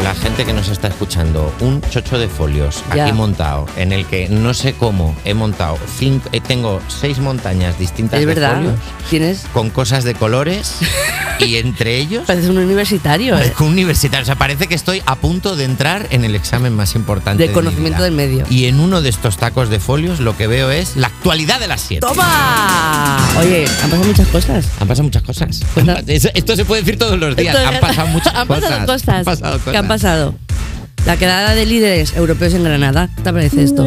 la gente que nos está escuchando, un chocho de folios Ya. aquí montado, en el que no sé cómo he montado tengo 6 montañas distintas Es de verdad. folios Tienes. con cosas de colores y entre ellos Pareces un universitario. parezco un universitario. O sea, parece que estoy a punto de entrar en el examen más importante De mi conocimiento vida. del medio. Y en uno de estos tacos de folios lo que veo es la actualidad de las 7. ¡Toma! Oye, han pasado muchas cosas. Han pasado muchas cosas. Cuenta- Esto se puede decir todos los días. Esto Han es- pasado muchas han cosas. pasado cosas. Han pasado cosas. ¿Qué han pasado? La quedada de líderes europeos en Granada. ¿Qué te parece esto?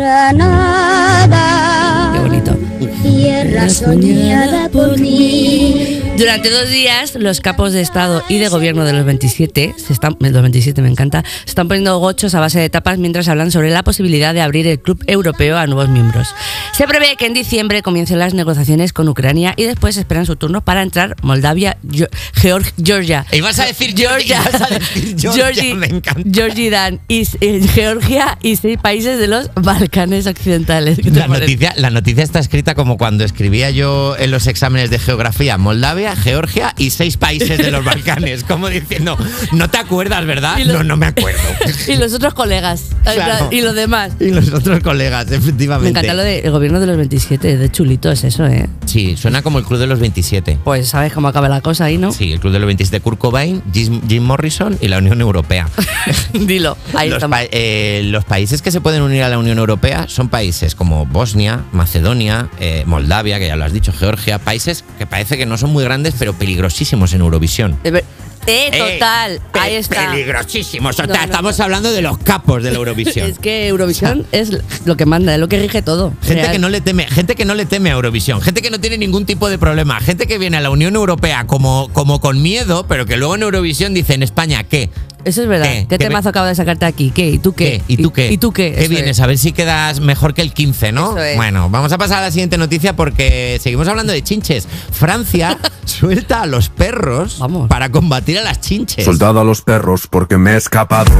Granada, Qué bonito. tierra soñada por mí. Durante 2 días, los capos de Estado y de Gobierno de los 27, los 27 me encanta, se están poniendo gochos a base de tapas mientras hablan sobre la posibilidad de abrir el club europeo a nuevos miembros. Se prevé que en diciembre comiencen las negociaciones con Ucrania y después esperan su turno para entrar Moldavia, Georgia. Y vas a decir Georgia. Vas a decir Georgia. Me encanta. Georgia y Georgia y 6 países de los Balcanes occidentales. ¿Qué te parece? La noticia está escrita como cuando escribía yo en los exámenes de geografía: Moldavia, Georgia y 6 países de los Balcanes. Como diciendo, no te acuerdas, ¿verdad? Y los- No me acuerdo. Y los otros colegas. Claro. Y los demás. Y los otros colegas, efectivamente. Me encanta lo del Gobierno de los 27, de chulito es eso, ¿eh? Sí, suena como el Club de los 27. Pues sabes cómo acaba la cosa ahí, ¿no? Sí, el Club de los 27, Kurt Cobain, Jim Morrison y la Unión Europea. Dilo, ahí Los, estamos. los países que se pueden unir a la Unión Europea son países como Bosnia, Macedonia, Moldavia, que ya lo has dicho, Georgia, países que parece que no son muy grandes, pero peligrosísimos en Eurovisión. Total, ahí está. Peligrosísimos. O sea, No, no, estamos hablando de los capos de la Eurovisión. Es que Eurovisión es lo que manda, es lo que rige todo. Gente Real. que no le teme a Eurovisión, gente que no tiene ningún tipo de problema, gente que viene a la Unión Europea como con miedo, pero que luego en Eurovisión dice: en España, ¿qué? Eso es verdad. ¿Qué? ¿Qué temazo acabo de sacarte aquí? ¿Qué? ¿Y tú qué? ¿Y tú qué? ¿Y tú qué? ¿Qué Eso vienes? es. A ver si quedas mejor que el 15, ¿no? Eso es. Bueno, vamos a pasar a la siguiente noticia porque seguimos hablando de chinches. Francia suelta a los perros Vamos. para combatir a las chinches. Soldado a los perros porque me he escapado.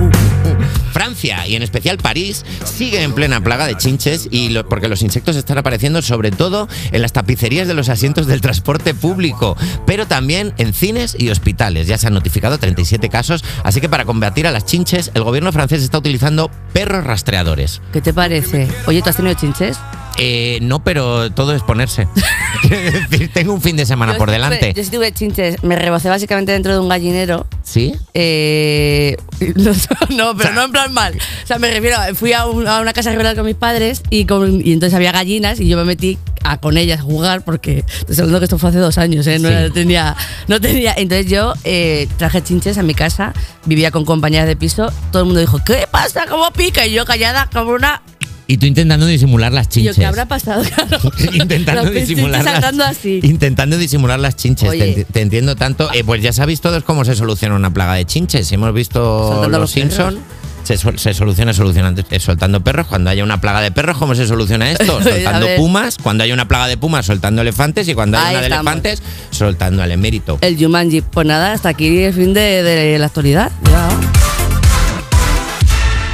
Francia y en especial París sigue en plena plaga de chinches porque los insectos están apareciendo sobre todo en las tapicerías de los asientos del transporte público, pero también en cines y hospitales. Ya se han notificado 37 casos, así que para combatir a las chinches el gobierno francés está utilizando perros rastreadores. ¿Qué te parece? Oye, ¿tú has tenido chinches? No, pero todo es ponerse. Es decir, tengo un fin de semana por delante. Yo sí tuve chinches. Me rebocé básicamente dentro de un gallinero. ¿Sí? No, pero no en plan mal. O sea, me refiero, fui a una casa rural con mis padres y entonces había gallinas y yo me metí con ellas a jugar porque estoy hablando que esto fue hace 2 años, ¿eh? Sí. No tenía. Entonces yo traje chinches a mi casa, vivía con compañeras de piso, todo el mundo dijo: ¿qué pasa? ¿Cómo pica? Y yo callada como una... Y tú intentando disimular las Y yo, chinches. ¿qué habrá pasado? Claro. Intentando Los disimular chinches saltando así. Intentando disimular las chinches. Oye. Te entiendo tanto. Pues ya sabéis todos cómo se soluciona una plaga de chinches. Si hemos visto Soltando a Los los perros. Simpson, se soluciona soltando perros. Cuando haya una plaga de perros, ¿cómo se soluciona esto? A Soltando ver. pumas. Cuando haya una plaga de pumas, soltando elefantes. Y cuando haya Ahí una de estamos. elefantes, soltando al emérito. El Jumanji. Pues nada, hasta aquí el fin de la actualidad. Ya.